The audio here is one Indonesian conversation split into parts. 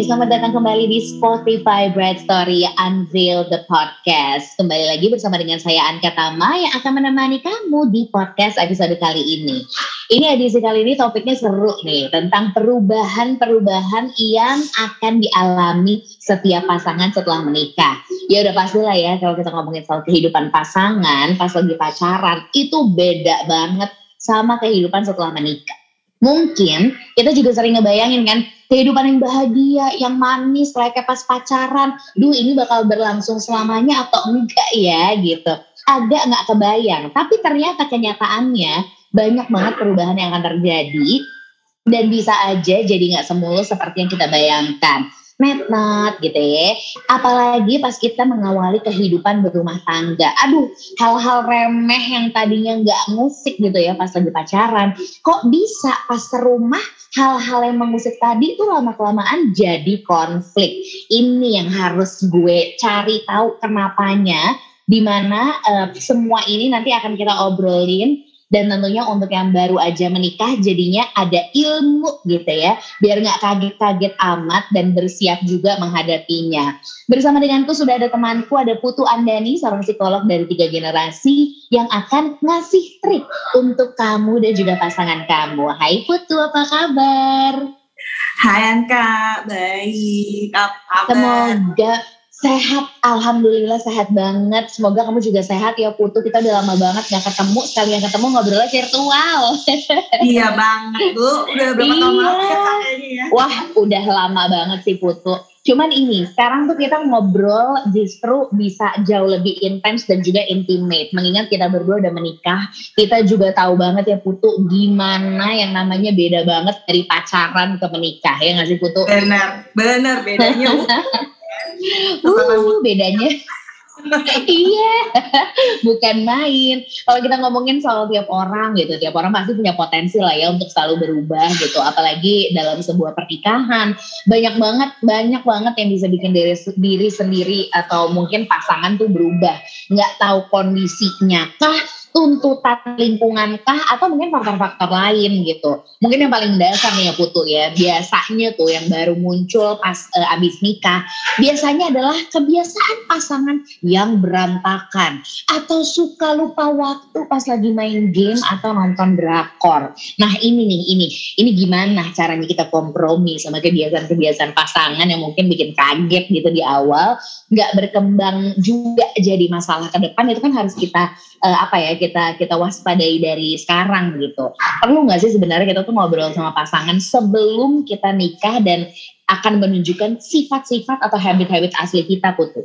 selamat datang kembali di Spotify Bright Story Unveil the Podcast. Kembali lagi bersama dengan saya Anka Tama yang akan menemani kamu di podcast episode kali ini. Ini edisi kali ini topiknya seru nih, tentang perubahan-perubahan yang akan dialami setiap pasangan setelah menikah. Ya udah pastilah ya, kalau kita ngomongin soal kehidupan pasangan pas lagi pacaran, itu beda banget sama kehidupan setelah menikah. Mungkin kita juga sering ngebayangin kan, kehidupan yang bahagia, yang manis, kayak pas pacaran. Ini bakal berlangsung selamanya atau enggak ya gitu. Agak gak kebayang. Tapi ternyata kenyataannya banyak banget perubahan yang akan terjadi. Dan bisa aja jadi gak semulus seperti yang kita bayangkan. Net gitu ya. Apalagi pas kita mengawali kehidupan berumah tangga. Hal-hal remeh yang tadinya gak ngusik gitu ya pas lagi pacaran. Kok bisa pas serumah hal-hal yang mengusik tadi tuh lama-kelamaan jadi konflik. Ini yang harus gue cari tahu kenapanya. Dimana semua ini nanti akan kita obrolin. Dan tentunya untuk yang baru aja menikah jadinya ada ilmu gitu ya. Biar gak kaget-kaget amat dan bersiap juga menghadapinya. Bersama denganku sudah ada temanku, ada Putu Andani, seorang psikolog dari 3 generasi yang akan ngasih trik untuk kamu dan juga pasangan kamu. Hai Putu, apa kabar? Hai Anka, baik. Apa kabar? Semoga sehat, alhamdulillah sehat banget. Semoga kamu juga sehat ya Putu. Kita udah lama banget gak ketemu. Sekalian ketemu ngobrolnya virtual. Iya banget Bu. Udah berapa tahun lalu ya kayaknya ya. Wah udah lama banget sih Putu. Cuman ini sekarang tuh kita ngobrol justru bisa jauh lebih intens dan juga intimate. Mengingat kita berdua udah menikah. Kita juga tahu banget ya Putu gimana yang namanya beda banget dari pacaran ke menikah. Ya gak sih Putu? Benar bedanya. Bedanya iya bukan main. Kalau kita ngomongin soal tiap orang gitu, tiap orang pasti punya potensi lah ya untuk selalu berubah gitu. Apalagi dalam sebuah pernikahan banyak banget yang bisa bikin diri sendiri atau mungkin pasangan tuh berubah. Nggak tahu kondisinya kah, tuntutan lingkungan kah, atau mungkin faktor-faktor lain gitu. Mungkin yang paling dasar nih ya Putu ya, biasanya tuh yang baru muncul pas abis nikah, biasanya adalah kebiasaan pasangan yang berantakan, atau suka lupa waktu pas lagi main game atau nonton drakor. Nah ini gimana caranya kita kompromi sama kebiasaan-kebiasaan pasangan yang mungkin bikin kaget gitu di awal, nggak berkembang juga jadi masalah ke depan. Itu kan harus kita kita waspadai dari sekarang gitu. Perlu gak sih sebenarnya kita tuh ngobrol sama pasangan sebelum kita nikah dan akan menunjukkan sifat-sifat atau habit-habit asli kita Putu?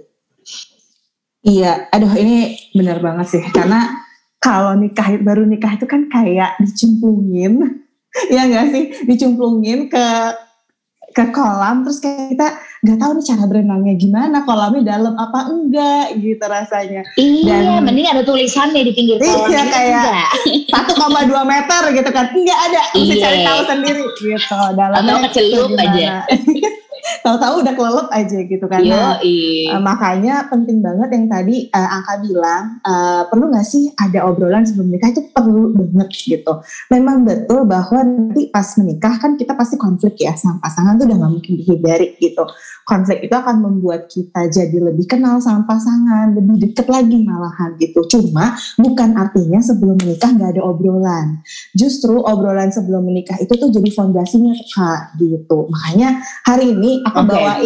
Iya, ini benar banget sih. Karena kalau baru nikah itu kan kayak dicemplungin, ya gak sih? Dicemplungin ke kolam, terus kayak kita gak tahu nih cara berenangnya gimana, kolamnya dalam apa enggak gitu rasanya. Iya, mending ada tulisannya di pinggir kolam. Iya, kayak 1,2 meter gitu kan, enggak ada, mesti cari tahu sendiri gitu. Atau kecelup aja. Tahu-tahu udah kelelep aja gitu kan. Makanya penting banget yang tadi Angka bilang, perlu gak sih ada obrolan sebelum menikah? Itu perlu banget gitu. Memang betul bahwa nanti pas menikah kan kita pasti konflik ya sama pasangan, tuh udah gak mungkin dihindari gitu. Konflik itu akan membuat kita jadi lebih kenal sama pasangan, lebih deket lagi malahan gitu. Cuma bukan artinya sebelum menikah gak ada obrolan. Justru obrolan sebelum menikah itu tuh jadi fondasinya Kak gitu. Makanya hari ini aku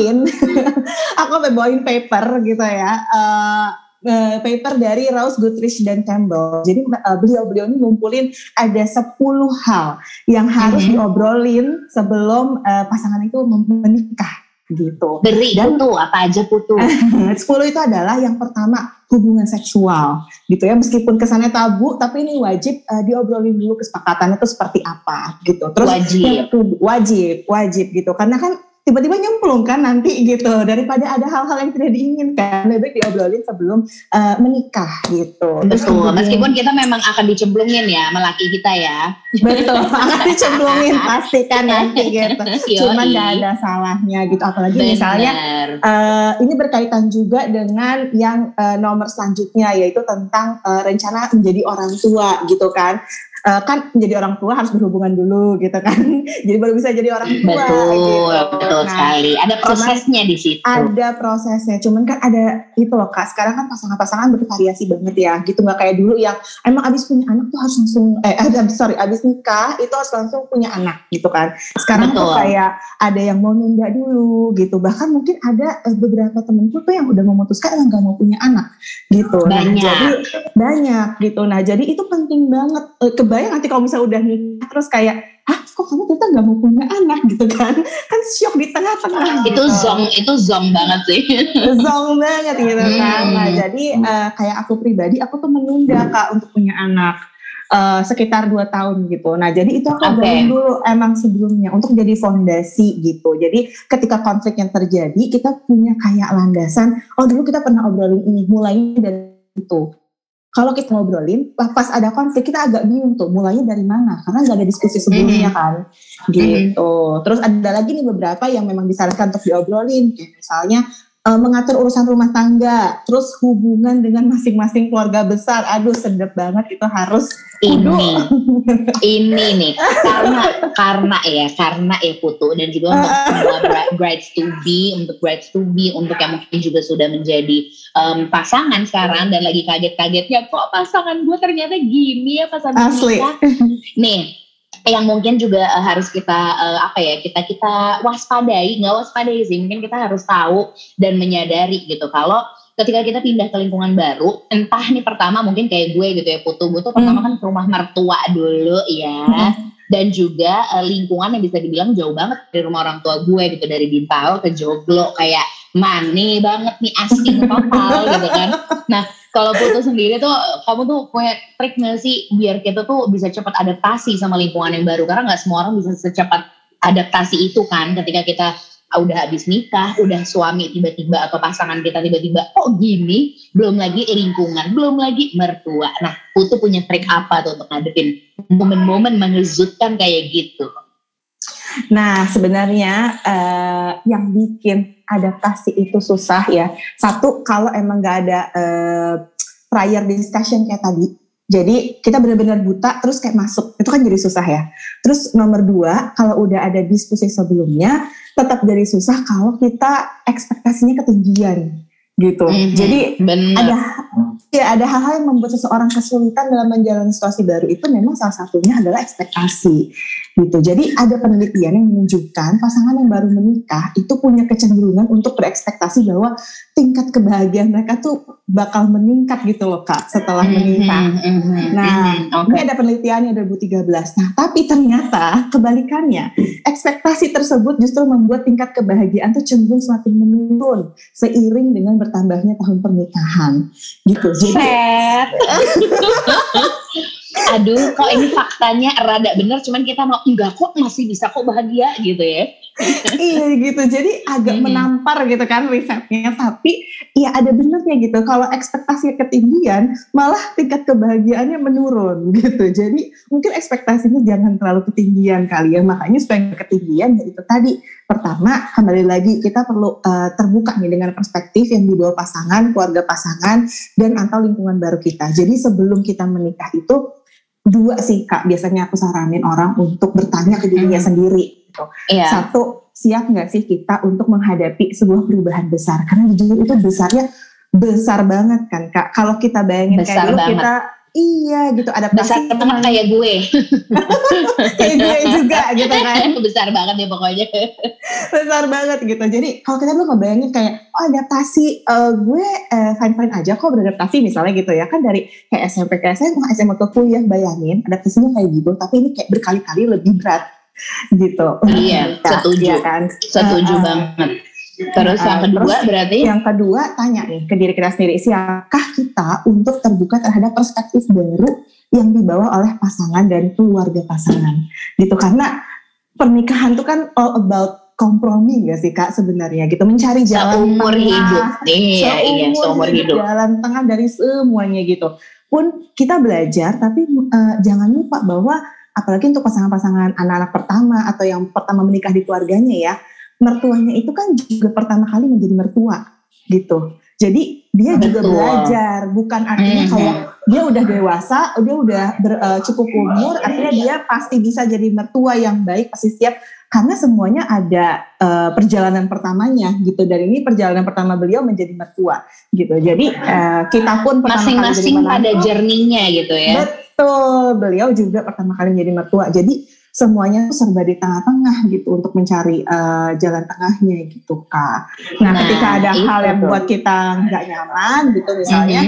bawain paper gitu ya, paper dari Rouse, Goodrich dan Campbell. Jadi beliau ini ngumpulin ada 10 hal yang harus diobrolin sebelum pasangan itu menikah gitu. Dan tuh apa aja Putu? 10 itu adalah yang pertama hubungan seksual gitu ya, meskipun kesannya tabu tapi ini wajib diobrolin dulu kesepakatannya itu seperti apa gitu. Terus wajib gitu, karena kan tiba-tiba nyemplung kan nanti gitu, daripada ada hal-hal yang tidak diinginkan, lebih baik diobrolin sebelum menikah gitu. Betul, meskipun kita memang akan dicemplungin ya sama laki kita ya. Betul, akan dicemplungin pasti kan nanti gitu. Cuman gak ada salahnya gitu, apalagi misalnya ini berkaitan juga dengan yang nomor selanjutnya, yaitu tentang rencana menjadi orang tua gitu kan. kan jadi orang tua harus berhubungan dulu gitu kan. Jadi baru bisa jadi orang tua. Betul sekali. Ada prosesnya di situ. Ada prosesnya. Cuman kan ada itu loh Kak. Sekarang kan pasangan-pasangan bervariasi banget ya. Gitu nggak kayak dulu yang emang abis punya anak tuh harus langsung abis nikah itu harus langsung punya anak gitu kan. Sekarang tuh kayak ada yang mau nunda dulu gitu. Bahkan mungkin ada beberapa temenku tuh yang udah memutuskan yang nggak mau punya anak gitu. Banyak gitu. Nah jadi itu penting banget. Kebayang nanti kalau misalnya udah nikah terus kayak, kok kamu ternyata gak mau punya anak gitu kan syok di tengah-tengah gitu. Itu zong banget sih. Zong banget gitu kan. Nah jadi kayak aku pribadi aku tuh menunda Kak untuk punya anak sekitar 2 tahun gitu. Nah jadi itu aku obrolin dulu emang sebelumnya untuk jadi fondasi gitu. Jadi ketika konflik yang terjadi kita punya kayak landasan, dulu kita pernah obrolin ini, mulainya dari itu. Kalau kita ngobrolin, pas ada konflik kita agak bingung tuh mulainya dari mana, karena nggak ada diskusi sebelumnya kan, gitu. Terus ada lagi nih beberapa yang memang disarankan untuk diobrolin, kayak misalnya mengatur urusan rumah tangga, terus hubungan dengan masing-masing keluarga besar. Aduh sedep banget itu harus ini nih karena ya Putu, dan juga untuk semua brides to be untuk yang mungkin juga sudah menjadi pasangan sekarang dan lagi kaget-kagetnya kok pasangan gue ternyata gini ya pasangan kita. Nih yang mungkin juga harus kita kita waspadai sih, mungkin kita harus tahu dan menyadari gitu kalau ketika kita pindah ke lingkungan baru, entah nih pertama mungkin kayak gue gitu ya Putu, gue tuh pertama kan ke rumah mertua dulu ya, dan juga lingkungan yang bisa dibilang jauh banget dari rumah orang tua gue gitu, dari Bintaro ke Joglo, kayak money banget nih, asing total gitu kan. Nah kalau Putu sendiri tuh, kamu tuh punya trik gak sih biar kita tuh bisa cepat adaptasi sama lingkungan yang baru, karena gak semua orang bisa secepat adaptasi itu kan, ketika kita udah habis nikah, udah suami tiba-tiba atau pasangan kita tiba-tiba kok gini, belum lagi lingkungan, belum lagi mertua. Nah Putu punya trik apa tuh untuk ngadepin momen-momen mengejutkan kayak gitu? Nah sebenarnya yang bikin adaptasi itu susah ya, satu kalau emang gak ada prior discussion kayak tadi, jadi kita benar-benar buta terus kayak masuk, itu kan jadi susah ya. Terus nomor 2, kalau udah ada diskusi sebelumnya tetap jadi susah kalau kita ekspektasinya ketinggian gitu. Jadi ada hal-hal yang membuat seseorang kesulitan dalam menjalani situasi baru, itu memang salah satunya adalah ekspektasi gitu. Jadi ada penelitian yang menunjukkan pasangan yang baru menikah itu punya kecenderungan untuk berekspektasi bahwa tingkat kebahagiaan mereka tuh bakal meningkat gitu loh Kak setelah menikah. Ini ada penelitiannya 2013. Nah tapi ternyata kebalikannya, ekspektasi tersebut justru membuat tingkat kebahagiaan tuh cenderung semakin menurun seiring dengan bertambahnya tahun pernikahan gitu. Jadi aduh kok ini faktanya rada bener, cuman kita mau enggak kok masih bisa kok bahagia gitu ya. Iya gitu, jadi agak menampar gitu kan risetnya, tapi ya ada benernya gitu. Kalau ekspektasi ketinggian malah tingkat kebahagiaannya menurun gitu. Jadi mungkin ekspektasinya jangan terlalu ketinggian kali ya, makanya supaya ketinggian ya itu tadi. Pertama, kembali lagi kita perlu terbuka nih dengan perspektif yang dibawa pasangan, keluarga pasangan, dan atau lingkungan baru kita. Jadi sebelum kita menikah itu 2 sih Kak, biasanya aku saranin orang untuk bertanya ke dirinya sendiri gitu. Satu, siap gak sih kita untuk menghadapi sebuah perubahan besar, karena jujur itu besar banget kan Kak. Kalau kita bayangin besar kayak dulu kita iya gitu, adaptasi besar banget kayak gue kayak gue juga gitu kan, besar banget ya pokoknya, besar banget gitu. Jadi kalau kita dulu ngebayangin kayak adaptasi gue fine aja kok beradaptasi misalnya gitu ya kan, dari kayak SMP ke SMA, SMA ke kuliah, bayangin adaptasinya kayak gitu, tapi ini kayak berkali-kali lebih berat gitu. Iya setuju ya kan? Setuju banget. Terus yang kedua berarti? Yang kedua tanya nih ke diri kita sendiri, siapkah kita untuk terbuka terhadap perspektif baru yang dibawa oleh pasangan dan keluarga pasangan gitu. Karena pernikahan itu kan all about kompromi gak sih Kak sebenarnya gitu, mencari jalan seumur hidup. Seumur hidup, jalan tengah dari semuanya gitu. Pun kita belajar, tapi jangan lupa bahwa apalagi untuk pasangan-pasangan anak-anak pertama atau yang pertama menikah di keluarganya ya, mertuanya itu kan juga pertama kali menjadi mertua gitu. Jadi dia juga belajar, bukan artinya kayak dia udah dewasa, dia udah cukup umur, artinya dia pasti bisa jadi mertua yang baik, pasti siap. Karena semuanya ada perjalanan pertamanya gitu. Dan ini perjalanan pertama beliau menjadi mertua gitu. Jadi kita pun masing-masing pada journey-nya gitu ya. Betul, beliau juga pertama kali menjadi mertua. Jadi semuanya tuh serba di tengah-tengah gitu untuk mencari jalan tengahnya gitu Kak. Nah ketika ada hal yang buat kita nggak nyaman gitu misalnya,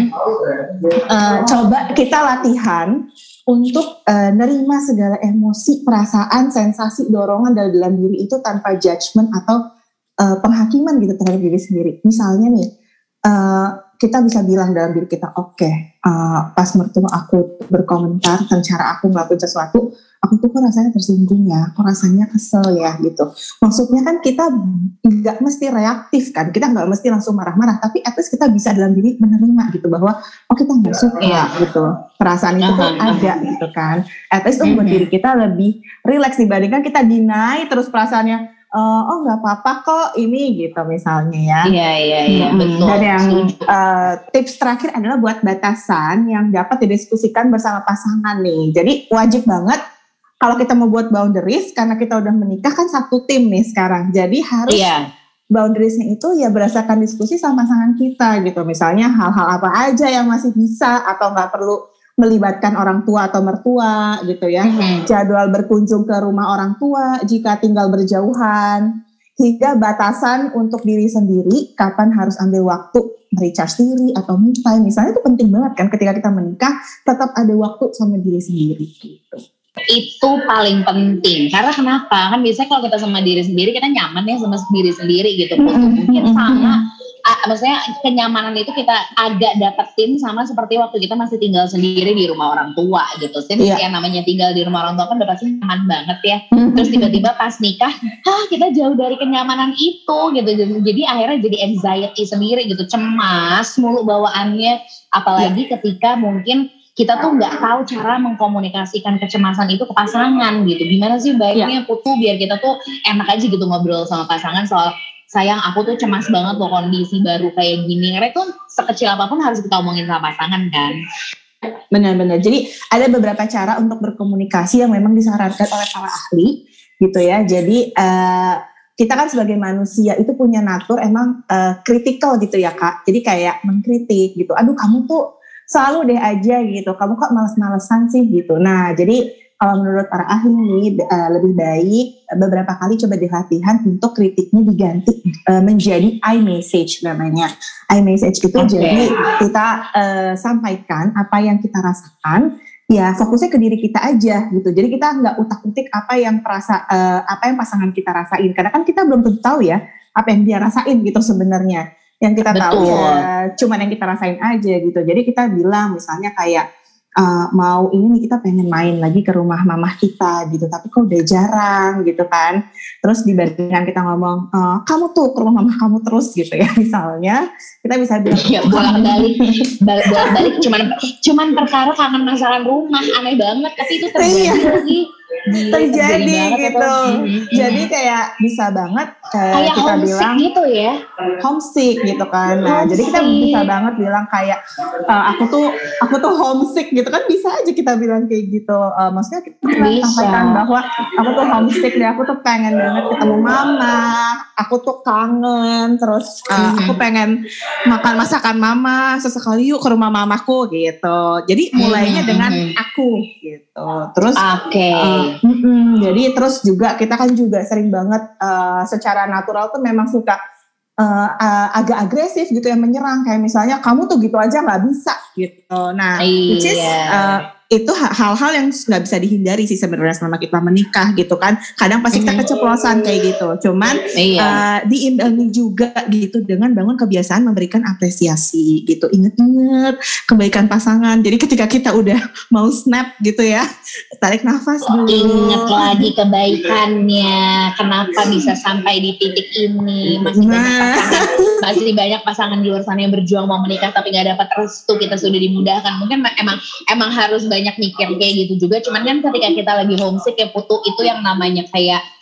coba kita latihan untuk nerima segala emosi, perasaan, sensasi, dorongan dalam diri itu tanpa judgement atau penghakiman gitu terhadap diri sendiri. Misalnya nih, kita bisa bilang dalam diri kita, pas mertua aku berkomentar tentang cara aku ngelakuin sesuatu, aku tuh kok rasanya tersinggung ya, kok rasanya kesel ya gitu. Maksudnya kan kita nggak mesti reaktif kan, kita nggak mesti langsung marah-marah, tapi at least kita bisa dalam diri menerima gitu bahwa kita nggak suka gitu, perasaan itu tuh ada gitu kan. At least tuh buat diri kita lebih rileks dibandingkan kita deny terus perasaannya. Nggak apa-apa kok ini gitu misalnya ya. Iya betul. Dan yang tips terakhir adalah buat batasan yang dapat didiskusikan bersama pasangan nih. Jadi wajib banget kalau kita mau buat boundaries, karena kita udah menikah kan satu tim nih sekarang. Jadi harus boundariesnya itu ya berdasarkan diskusi sama pasangan kita gitu. Misalnya hal-hal apa aja yang masih bisa atau nggak perlu melibatkan orang tua atau mertua gitu ya. Jadwal berkunjung ke rumah orang tua jika tinggal berjauhan, hingga batasan untuk diri sendiri kapan harus ambil waktu recharge diri atau me time. Misalnya itu penting banget kan ketika kita menikah, tetap ada waktu sama diri sendiri gitu. Itu paling penting. Karena kenapa? Kan biasanya kalau kita sama diri sendiri, kita nyaman ya sama diri sendiri gitu. Mungkin sama, maksudnya kenyamanan itu kita agak dapetin sama seperti waktu kita masih tinggal sendiri di rumah orang tua gitu. Yang namanya tinggal di rumah orang tua kan udah pasti nyaman banget ya. Terus tiba-tiba pas nikah, kita jauh dari kenyamanan itu gitu. Jadi akhirnya jadi anxiety sendiri gitu. Cemas mulu bawaannya. Apalagi ketika mungkin kita tuh nggak tahu cara mengkomunikasikan kecemasan itu ke pasangan gitu. Gimana sih baiknya Putu biar kita tuh enak aja gitu ngobrol sama pasangan soal sayang aku tuh cemas banget loh kondisi baru kayak gini. Karena itu sekecil apapun harus kita omongin sama pasangan kan. Benar-benar. Jadi ada beberapa cara untuk berkomunikasi yang memang disarankan oleh para ahli gitu ya. Jadi kita kan sebagai manusia itu punya natur emang kritikal gitu ya Kak. Jadi kayak mengkritik gitu. Aduh kamu tuh selalu deh aja gitu, kamu kok males-malesan sih gitu. Nah jadi kalau menurut para ahli lebih baik beberapa kali coba dilatihan untuk kritiknya diganti menjadi I message namanya. I message itu jadi kita sampaikan apa yang kita rasakan, ya fokusnya ke diri kita aja gitu. Jadi kita nggak utak-utik apa yang pasangan kita rasain, karena kan kita belum tentu tahu ya apa yang dia rasain gitu sebenarnya. Yang kita tahu ya cuman yang kita rasain aja gitu. Jadi kita bilang misalnya kayak mau ini nih kita pengen main lagi ke rumah mamah kita gitu, tapi kok udah jarang gitu kan. Terus dibandingkan kita ngomong kamu tuh ke rumah mamah kamu terus gitu ya misalnya, kita bisa bilang bolak-balik cuman perkara kangen masakan rumah, aneh banget tapi itu terjadi lagi. Terjadi gitu. Jadi kayak bisa banget kayak kita bilang gitu ya. Homesick gitu kan. Nah, jadi kita bisa banget bilang kayak aku tuh homesick gitu kan, bisa aja kita bilang kayak gitu. Maksudnya kita sampaikan bahwa aku tuh homesick deh, aku tuh pengen banget ketemu mama, aku tuh kangen, terus aku pengen makan masakan mama, sesekali yuk ke rumah mamaku gitu. Jadi mulainya dengan aku gitu. Terus jadi terus juga kita kan juga sering banget secara natural tuh memang suka agak agresif gitu ya, menyerang, kayak misalnya kamu tuh gitu aja nggak bisa gitu. Nah, which is itu hal-hal yang nggak bisa dihindari sih sebenarnya selama kita menikah gitu kan. Kadang pasti kita keceplosan kayak gitu. Cuman diimbangi juga gitu dengan bangun kebiasaan memberikan apresiasi gitu. Ingat-ingat kebaikan pasangan. Jadi ketika kita udah mau snap gitu ya, tarik nafas dulu. Ingat lagi kebaikannya. Kenapa bisa sampai di titik ini? Masih banyak pasangan di luar sana yang berjuang mau menikah tapi nggak dapat restu. Kita sudah dimudahkan. Mungkin emang harus banyak mikir kayak gitu juga. Cuman kan ketika kita lagi homesick ya Putu, itu yang namanya kayak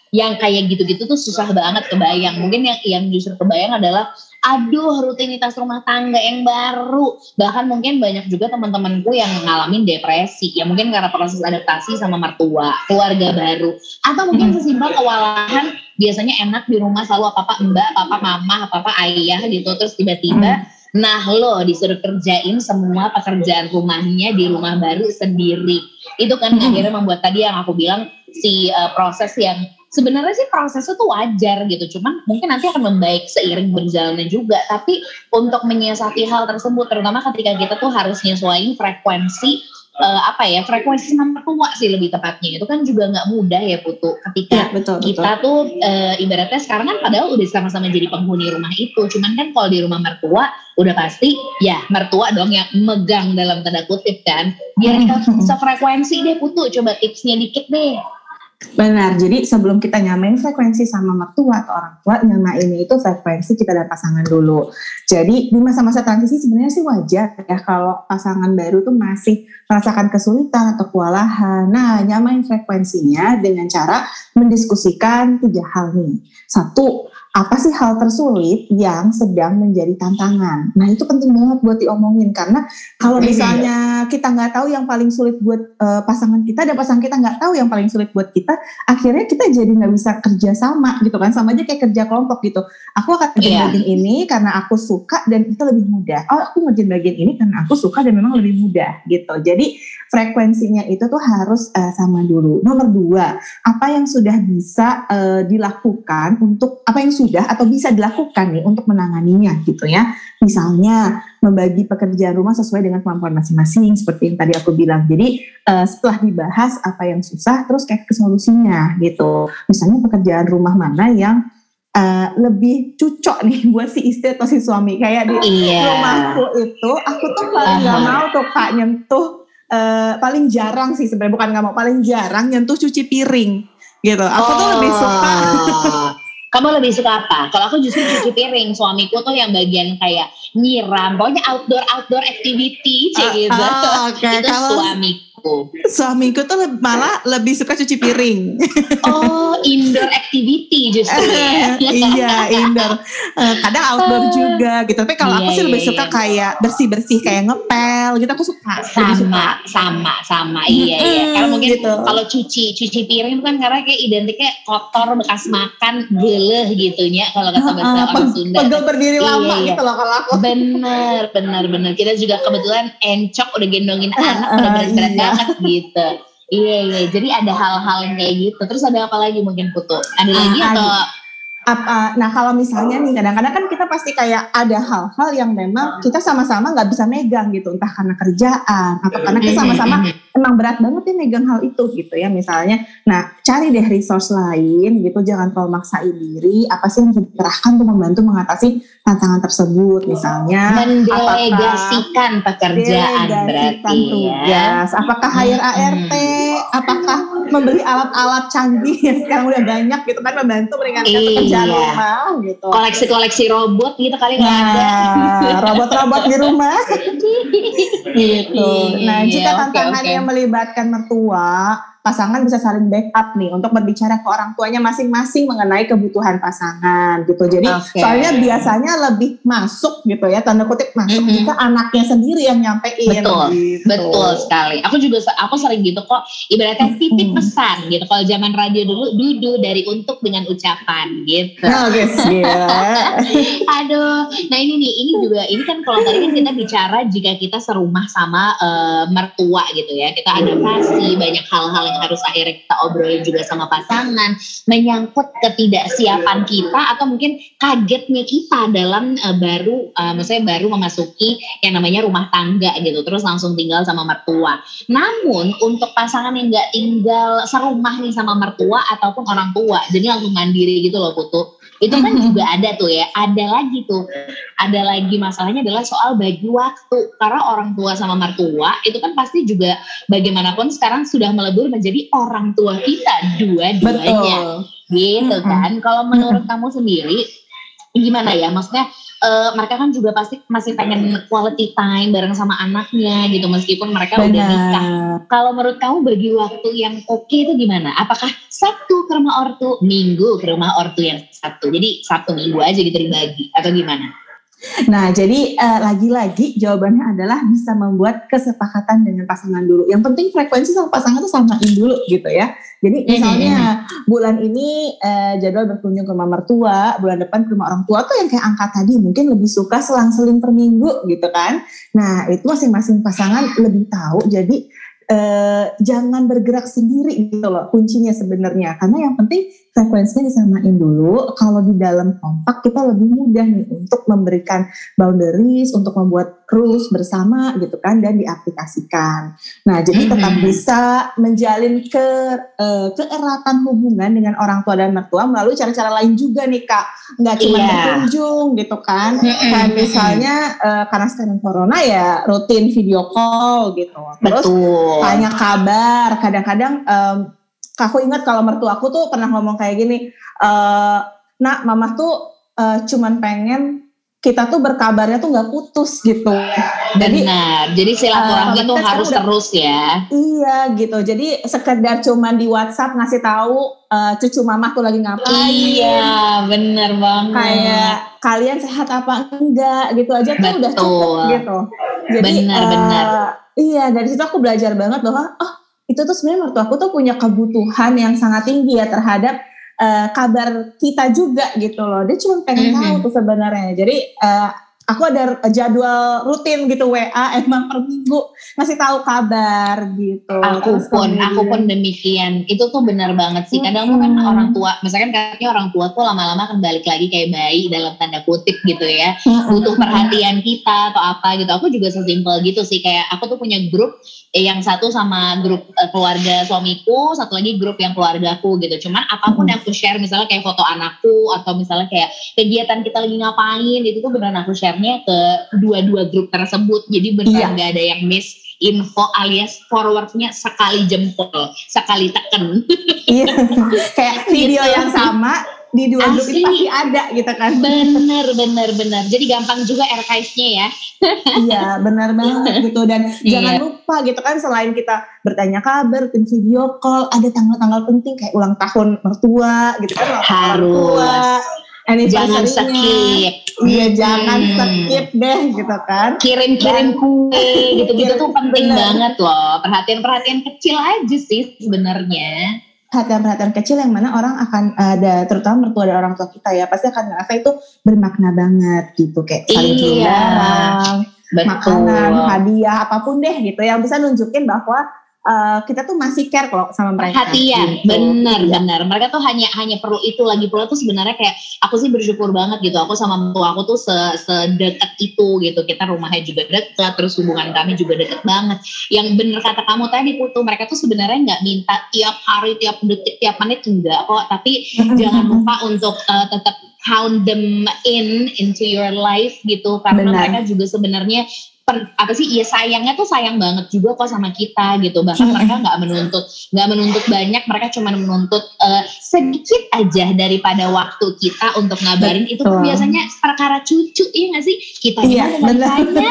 yang kayak gitu-gitu tuh susah banget kebayang. Mungkin yang justru kebayang adalah aduh rutinitas rumah tangga yang baru. Bahkan mungkin banyak juga teman-temanku yang ngalamin depresi. Ya mungkin karena proses adaptasi sama mertua, keluarga baru. Atau mungkin sesimpel kewalahan, biasanya enak di rumah selalu apa-apa mbak, apa-apa mama, apa-apa ayah gitu. Terus tiba-tiba nah lo disuruh kerjain semua pekerjaan rumahnya di rumah baru sendiri. Itu kan akhirnya membuat tadi yang aku bilang si proses yang sebenarnya sih prosesnya tuh wajar gitu. Cuman mungkin nanti akan membaik seiring berjalannya juga. Tapi untuk menyiasati hal tersebut terutama ketika kita tuh harus nyesuaiin frekuensi frekuensi sama mertua sih lebih tepatnya. Itu kan juga gak mudah ya Putu ketika kita tuh ibaratnya sekarang kan padahal udah sama-sama jadi penghuni rumah itu, cuman kan kalau di rumah mertua udah pasti ya mertua dong yang megang dalam tanda kutip kan, biar kita sefrekuensi deh Putu, coba tipsnya dikit deh. Benar, jadi sebelum kita nyamain frekuensi sama mertua atau orang tua, nyamain itu frekuensi kita dan pasangan dulu. Jadi di masa-masa transisi sebenarnya sih wajar ya kalau pasangan baru tuh masih merasakan kesulitan atau kewalahan. Nah, nyamain frekuensinya dengan cara mendiskusikan 3 hal nih. 1, apa sih hal tersulit yang sedang menjadi tantangan? Nah itu penting banget buat diomongin, karena kalau misalnya kita nggak tahu yang paling sulit buat pasangan kita dan pasangan kita nggak tahu yang paling sulit buat kita, akhirnya kita jadi nggak bisa kerja sama gitu kan, sama aja kayak kerja kelompok gitu. Aku akan kerjain bagian ini karena aku suka dan itu lebih mudah. Oh aku ngerjain bagian ini karena aku suka dan memang lebih mudah gitu. Jadi frekuensinya itu tuh harus sama dulu. Nomor 2, apa yang sudah bisa dilakukan untuk apa yang sudah atau bisa dilakukan nih untuk menanganinya gitu ya. Misalnya membagi pekerjaan rumah sesuai dengan kemampuan masing-masing seperti yang tadi aku bilang. Jadi setelah dibahas apa yang susah terus kayak ke solusinya gitu. Misalnya pekerjaan rumah mana yang lebih cocok nih buat si istri atau si suami. Kayak di rumahku itu aku tuh paling gak mau tuh Kak nyentuh, paling jarang sih sebenarnya, bukan gak mau, paling jarang nyentuh cuci piring gitu. Aku tuh lebih suka. Kamu lebih suka apa? Kalau aku justru cuci piring, suamiku tuh yang bagian kayak nyiram, pokoknya outdoor activity gitu. Itu suamiku tuh malah lebih suka cuci piring. Oh, indoor activity justru ya. Iya, indoor. Kadang outdoor juga gitu. Tapi kalau aku sih lebih suka kayak bersih-bersih, kayak ngepel gitu. Aku suka. Sama. Iya. Karena mungkin gitu. Kalau cuci piring itu kan karena kayak identiknya kotor, bekas makan, geleh gitunya. Kalau kata bahasa orang Sunda. Pegel berdiri lama gitu loh kalau aku. Bener. Kita juga kebetulan encok udah gendongin anak, udah berat-berat banget gitu. Iya. Jadi ada hal-hal yang kayak gitu. Terus ada apa lagi mungkin Putu? Ada lagi atau? Nah kalau misalnya nih kadang-kadang kan kita pasti kayak ada hal-hal yang memang kita sama-sama gak bisa megang gitu. Entah karena kerjaan atau karena kita sama-sama emang berat banget nih megang hal itu gitu ya misalnya. Nah cari deh resource lain gitu. Jangan terlalu maksain diri. Apa sih yang bisa dikerahkan untuk membantu mengatasi tantangan tersebut. Misalnya mendelegasikan pekerjaan berarti tugas. Apakah hire ART? Apakah membeli alat-alat canggih yang sekarang udah banyak gitu kan, membantu meringankan pekerjaan rumah gitu. Koleksi robot gitu kali nggak ada. Robot-robot di rumah gitu. Nah jika tantangannya melibatkan mertua, pasangan bisa saling backup nih untuk berbicara ke orang tuanya masing-masing mengenai kebutuhan pasangan gitu. Jadi soalnya biasanya lebih masuk gitu ya, tanda kutip masuk jika anaknya sendiri yang nyampein. Betul sekali. Aku sering gitu kok, ibaratnya titip pesan gitu. Kalau zaman radio dulu dudu dari untuk dengan ucapan gitu. Aduh, nah ini kan kalau tadi kan kita bicara jika kita serumah sama mertua gitu ya. Kita adaptasi banyak hal-hal yang harus akhirnya kita obrolin juga sama pasangan, menyangkut ketidaksiapan kita atau mungkin kagetnya kita dalam baru memasuki yang namanya rumah tangga gitu, terus langsung tinggal sama mertua. Namun untuk pasangan yang nggak tinggal serumah nih sama mertua ataupun orang tua, jadi langsung mandiri gitu loh Putu, itu kan juga ada tuh ya, ada lagi masalahnya adalah soal bagi waktu, karena orang tua sama mertua itu kan pasti juga bagaimanapun sekarang sudah melebur menjadi orang tua kita dua-duanya gitu kan. Kalau menurut kamu sendiri gimana ya, maksudnya mereka kan juga pasti masih pengen quality time bareng sama anaknya gitu, meskipun mereka udah nikah. Kalau menurut kamu bagi waktu yang oke itu gimana? Apakah Sabtu ke rumah ortu, Minggu ke rumah ortu yang satu, jadi Sabtu Minggu aja gitu dibagi, atau gimana? Nah, jadi lagi-lagi jawabannya adalah bisa membuat kesepakatan dengan pasangan dulu. Yang penting frekuensi sama pasangan itu samain dulu gitu ya. Jadi misalnya bulan ini jadwal berkunjung ke rumah mertua, bulan depan ke rumah orang tua tuh yang kayak angka tadi mungkin lebih suka selang-seling per minggu gitu kan. Nah, itu masing-masing pasangan lebih tahu. Jadi jangan bergerak sendiri gitu loh kuncinya sebenarnya, karena yang penting frekuensinya disamain dulu. Kalau di dalam kompak kita lebih mudah nih untuk memberikan boundaries, untuk membuat rules bersama gitu kan, dan diaplikasikan. Nah, jadi tetap bisa menjalin keeratan hubungan dengan orang tua dan mertua melalui cara-cara lain juga nih Kak, nggak cuma berkunjung gitu kan. Kayak misalnya karena sekarang corona ya rutin video call gitu. Terus tanya kabar. Kadang-kadang aku ingat kalau mertua aku tuh pernah ngomong kayak gini, nak mama tuh cuman pengen kita tuh berkabarnya tuh nggak putus gitu. Jadi silaturahmi tuh harus terus ya. Iya gitu. Jadi sekedar cuman di WhatsApp ngasih tahu cucu mama tuh lagi ngapain. Iya, bener banget. Kayak kalian sehat apa enggak gitu aja tuh udah cukup gitu. Jadi benar. Iya, dari situ aku belajar banget bahwa itu tuh sebenarnya mertua aku tuh punya kebutuhan yang sangat tinggi ya terhadap kabar kita juga gitu loh. Dia cuma pengen tahu tuh sebenarnya. Jadi aku ada jadwal rutin gitu WA emang per minggu ngasih tahu kabar gitu. Aku pun demikian. Itu tuh benar banget sih. Kadang tuh kan orang tua, misalkan katanya orang tua tuh lama-lama kan balik lagi kayak bayi dalam tanda kutip gitu ya. Butuh perhatian kita atau apa gitu. Aku juga sesimpel gitu sih. Kayak aku tuh punya grup yang satu sama grup keluarga suamiku, satu lagi grup yang keluargaku gitu. Cuman apapun yang aku share, misalnya kayak foto anakku atau misalnya kayak kegiatan kita lagi ngapain, itu tuh beneran aku share-nya ke dua-dua grup tersebut. Jadi beneran gak ada yang miss info alias forwardnya sekali jempol, sekali tekan. Iya, kayak video yang sama di dua grup itu pasti ada gitu kan. Bener. Jadi gampang juga archive-nya ya. Iya, benar banget gitu. Dan jangan lupa gitu kan, selain kita bertanya kabar, bikin video call, ada tanggal-tanggal penting kayak ulang tahun mertua gitu kan. Harus. Jangan skip. Iya, jangan skip deh gitu kan. Kirim kue gitu-gitu tuh penting banget loh. Perhatian-perhatian kecil aja sih sebenarnya. Perhatian-perhatian kecil yang mana orang akan ada, terutama mertua dan orang tua kita ya, pasti akan ngerasa itu bermakna banget gitu, kayak saling kirim barang, makanan, hadiah, apapun deh gitu, yang bisa nunjukin bahwa kita tuh masih care kok sama mereka. Perhatian, gitu. Benar. Mereka tuh hanya perlu itu, lagi pula tuh sebenarnya kayak aku sih bersyukur banget gitu. Aku sama mertua aku tuh sedekat itu gitu. Kita rumahnya juga dekat, terus hubungan kami juga dekat banget. Yang bener kata kamu tadi Putu, mereka tuh sebenarnya nggak minta tiap hari, tiap detik, tiap menit enggak kok. Tapi jangan lupa untuk tetap count them into your life gitu, karena mereka juga sebenarnya sayangnya tuh sayang banget juga kok sama kita gitu. Bahkan mereka nggak menuntut banyak, mereka cuma menuntut sedikit aja daripada waktu kita untuk ngabarin. Itu tuh biasanya perkara cucu, iya nggak sih? Kita tanya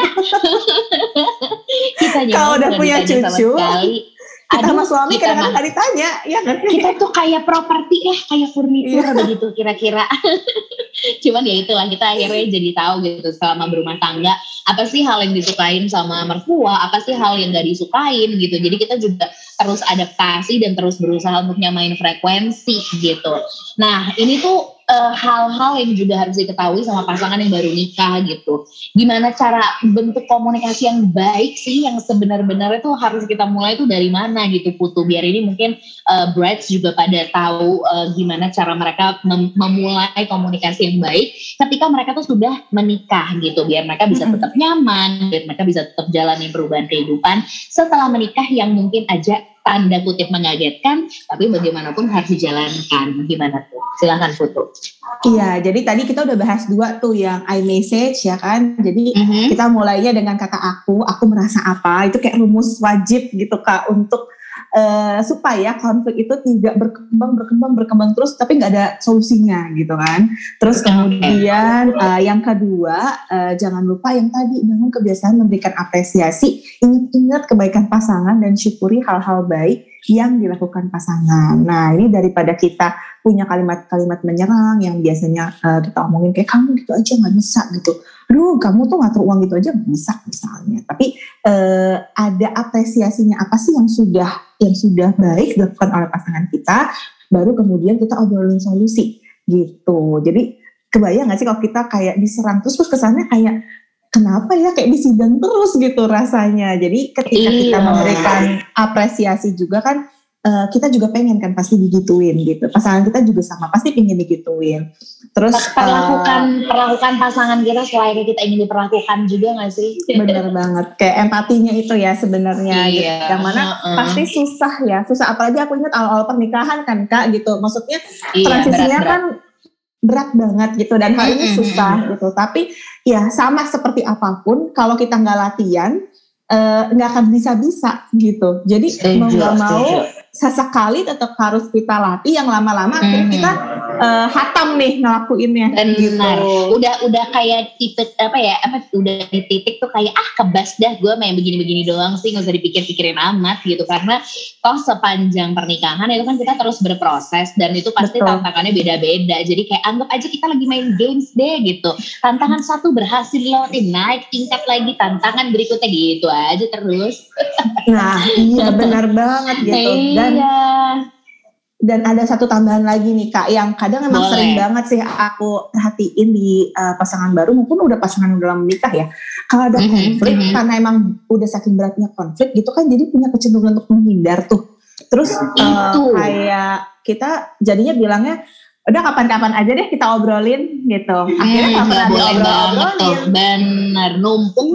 kalau udah punya cucu kita sama suami kadang-kadang gak ditanya, ya kan? Kita tuh kayak properti kayak furnitur begitu kira-kira. Cuman ya itulah, kita akhirnya jadi tahu gitu selama berumah tangga apa sih hal yang disukain sama mertua, apa sih hal yang gak disukain gitu. Jadi kita juga terus adaptasi dan terus berusaha untuk nyamain frekuensi gitu. Nah, ini tuh hal-hal yang juga harus diketahui sama pasangan yang baru nikah gitu. Gimana cara bentuk komunikasi yang baik sih, yang sebenar-benarnya tuh harus kita mulai tuh dari mana gitu Putu, biar ini mungkin brides juga pada tahu gimana cara mereka memulai komunikasi yang baik ketika mereka tuh sudah menikah gitu, biar mereka bisa tetap nyaman, biar mereka bisa tetap jalani perubahan kehidupan setelah menikah yang mungkin aja tanda kutip mengagetkan, tapi bagaimanapun harus dijalankan. Gimana tuh? Silahkan Putu. Iya, jadi tadi kita udah bahas dua tuh yang I message ya kan. Jadi kita mulainya dengan kata aku merasa apa, itu kayak rumus wajib gitu Kak untuk supaya konflik itu tidak berkembang terus tapi nggak ada solusinya gitu kan. Terus kemudian yang kedua, jangan lupa yang tadi, bangun kebiasaan memberikan apresiasi, ingat kebaikan pasangan dan syukuri hal-hal baik yang dilakukan pasangan. Nah, ini daripada kita punya kalimat-kalimat menyerang yang biasanya kita omongin kayak kamu gitu aja nggak bisa gitu. Aduh, kamu tuh ngatur uang gitu aja nggak bisa misalnya. Tapi ada apresiasinya, apa sih yang sudah baik dilakukan oleh pasangan kita, baru kemudian kita obrolin solusi gitu. Jadi kebayang nggak sih kalau kita kayak diserang terus kesannya kayak kenapa ya kayak disidang terus gitu rasanya. Jadi ketika kita memberikan apresiasi juga kan, kita juga pengen kan pasti digituin gitu. Pasangan kita juga sama, pasti pengen digituin. Terus perlakukan pasangan kita selayaknya kita ingin diperlakukan juga gak sih? Bener banget, kayak empatinya itu ya sebenarnya. Iya. Gitu. Yang mana pasti susah, apalagi aku ingat awal-awal pernikahan kan Kak gitu. Maksudnya transisinya berat. Kan berat banget gitu dan hal ini susah gitu. Tapi ya sama seperti apapun, kalau kita nggak latihan nggak akan bisa gitu. Jadi mau nggak mau sesekali tetap harus kita latih, yang lama-lama akhirnya kita hatam nih ngelakuinnya. Benar. Gitu. Udah kayak titik udah di titik tuh kayak kebas dah gue main begini-begini doang sih, nggak usah dipikir-pikirin amat gitu, karena toh sepanjang pernikahan itu kan kita terus berproses dan itu pasti tantangannya beda-beda. Jadi kayak anggap aja kita lagi main games deh gitu. Tantangan satu berhasil lewatin, naik tingkat lagi tantangan berikutnya gitu aja terus. Nah iya benar banget gitu. Dan ada satu tambahan lagi nih Kak, yang kadang emang sering banget sih aku perhatiin di pasangan baru maupun udah pasangan dalam menikah ya. Kalau ada konflik, karena emang udah saking beratnya konflik gitu kan, jadi punya kecenderungan untuk menghindar tuh. Terus kayak kita jadinya bilangnya, udah kapan-kapan aja deh kita obrolin gitu. Akhirnya gak pernah diobrolin. Bener, numpuk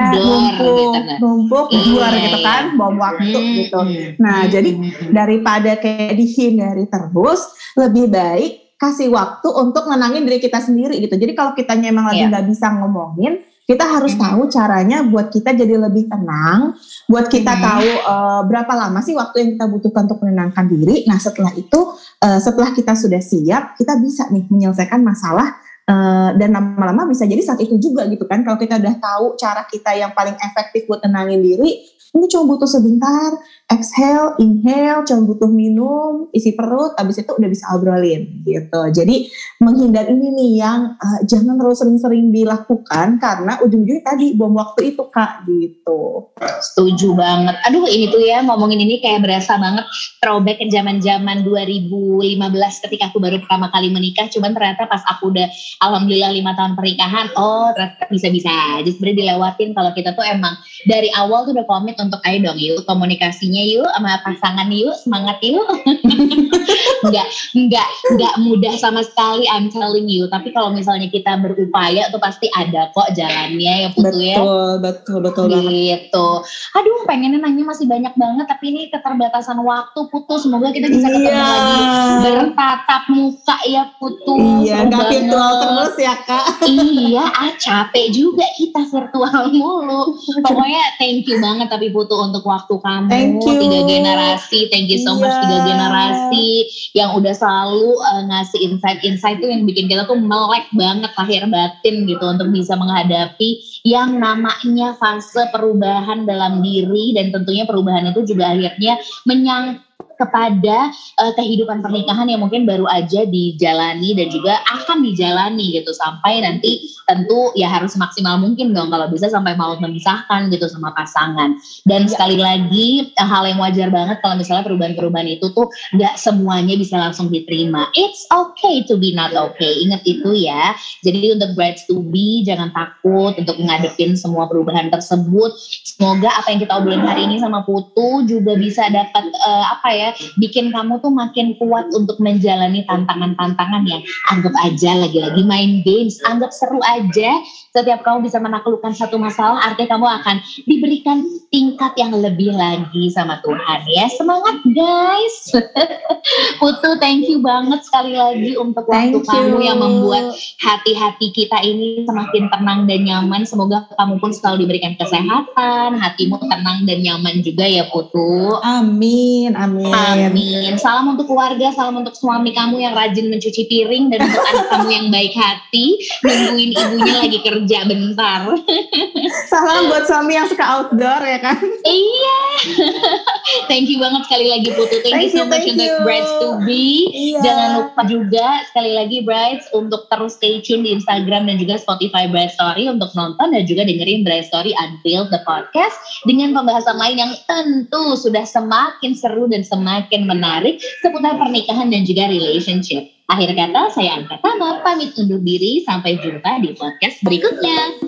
dor gitu kan, bom waktu gitu. Nah jadi daripada kayak dihindari terus, lebih baik kasih waktu untuk nenangin diri kita sendiri gitu. Jadi kalau kitanya emang lagi gak bisa ngomongin, kita harus tahu caranya buat kita jadi lebih tenang, buat kita tahu berapa lama sih waktu yang kita butuhkan untuk menenangkan diri. Nah setelah itu, setelah kita sudah siap, kita bisa nih menyelesaikan masalah, dan lama-lama bisa jadi saat itu juga gitu kan. Kalau kita udah tahu cara kita yang paling efektif buat tenangin diri, ini cuma butuh sebentar, exhale, inhale, cuma butuh minum, isi perut, abis itu udah bisa obrolin gitu. Jadi menghindar ini nih yang jangan terlalu sering-sering dilakukan, karena ujung-ujungnya tadi bom waktu itu Kak gitu. Setuju banget. Aduh ini tuh ya, ngomongin ini kayak berasa banget throwback ke zaman-zaman 2015 ketika aku baru pertama kali menikah. Cuman ternyata pas aku udah alhamdulillah 5 tahun pernikahan, ternyata bisa-bisa aja sebenarnya dilewatin kalau kita tuh emang dari awal tuh udah komit untuk ayo dong yuk komunikasinya yuk sama pasangan yuk, semangat yuk. Nggak mudah sama sekali, I'm telling you. Tapi kalau misalnya kita berupaya tuh pasti ada kok jalannya ya Putu ya. Betul banget. Gitu. Aduh pengennya nanya masih banyak banget, tapi ini keterbatasan waktu Putu. Semoga kita bisa ketemu lagi bertatap muka ya Putu. Iya, nggak virtual terus ya Kak. Iya, capek juga kita virtual mulu. Pokoknya thank you banget tapi Putu untuk waktu kamu. Thank you. 3 generasi, thank you so much 3 generasi yang udah selalu ngasih insight-insight tuh yang bikin kita tuh melek banget lahir batin gitu untuk bisa menghadapi yang namanya fase perubahan dalam diri, dan tentunya perubahan itu juga akhirnya menyangkut kepada kehidupan pernikahan yang mungkin baru aja dijalani dan juga akan dijalani gitu sampai nanti tentu ya harus maksimal mungkin dong kalau bisa sampai maut memisahkan gitu sama pasangan. Dan sekali lagi hal yang wajar banget kalau misalnya perubahan-perubahan itu tuh gak semuanya bisa langsung diterima. It's okay to be not okay. Ingat itu ya. Jadi untuk brides to be jangan takut untuk ngadepin semua perubahan tersebut. Semoga apa yang kita obrolin hari ini sama Putu juga bisa dapat ya, bikin kamu tuh makin kuat untuk menjalani tantangan-tantangan yang anggap aja lagi-lagi main games, anggap seru aja. Setiap kamu bisa menaklukkan satu masalah, artinya kamu akan diberikan tingkat yang lebih lagi sama Tuhan ya. Semangat guys. Putu, thank you banget sekali lagi untuk waktu kamu yang membuat hati-hati kita ini semakin tenang dan nyaman. Semoga kamu pun selalu diberikan kesehatan, hatimu tenang dan nyaman juga ya Putu. Amin, amin. Amin. Salam untuk keluarga, salam untuk suami kamu yang rajin mencuci piring, dan untuk anak kamu yang baik hati, nungguin ibunya lagi kerja bentar. Salam buat suami yang suka outdoor ya kan. Iya. Thank you banget sekali lagi Putu. Thank you so much untuk Brides to Be. Iya. Jangan lupa juga sekali lagi Brides untuk terus stay tune di Instagram dan juga Spotify Bride Story untuk nonton dan juga dengerin Bride Story Unveiled the podcast dengan pembahasan lain yang tentu sudah semakin seru dan semakin menarik seputar pernikahan dan juga relationship. Akhir kata, saya Anka Tama pamit undur diri. Sampai jumpa di podcast berikutnya.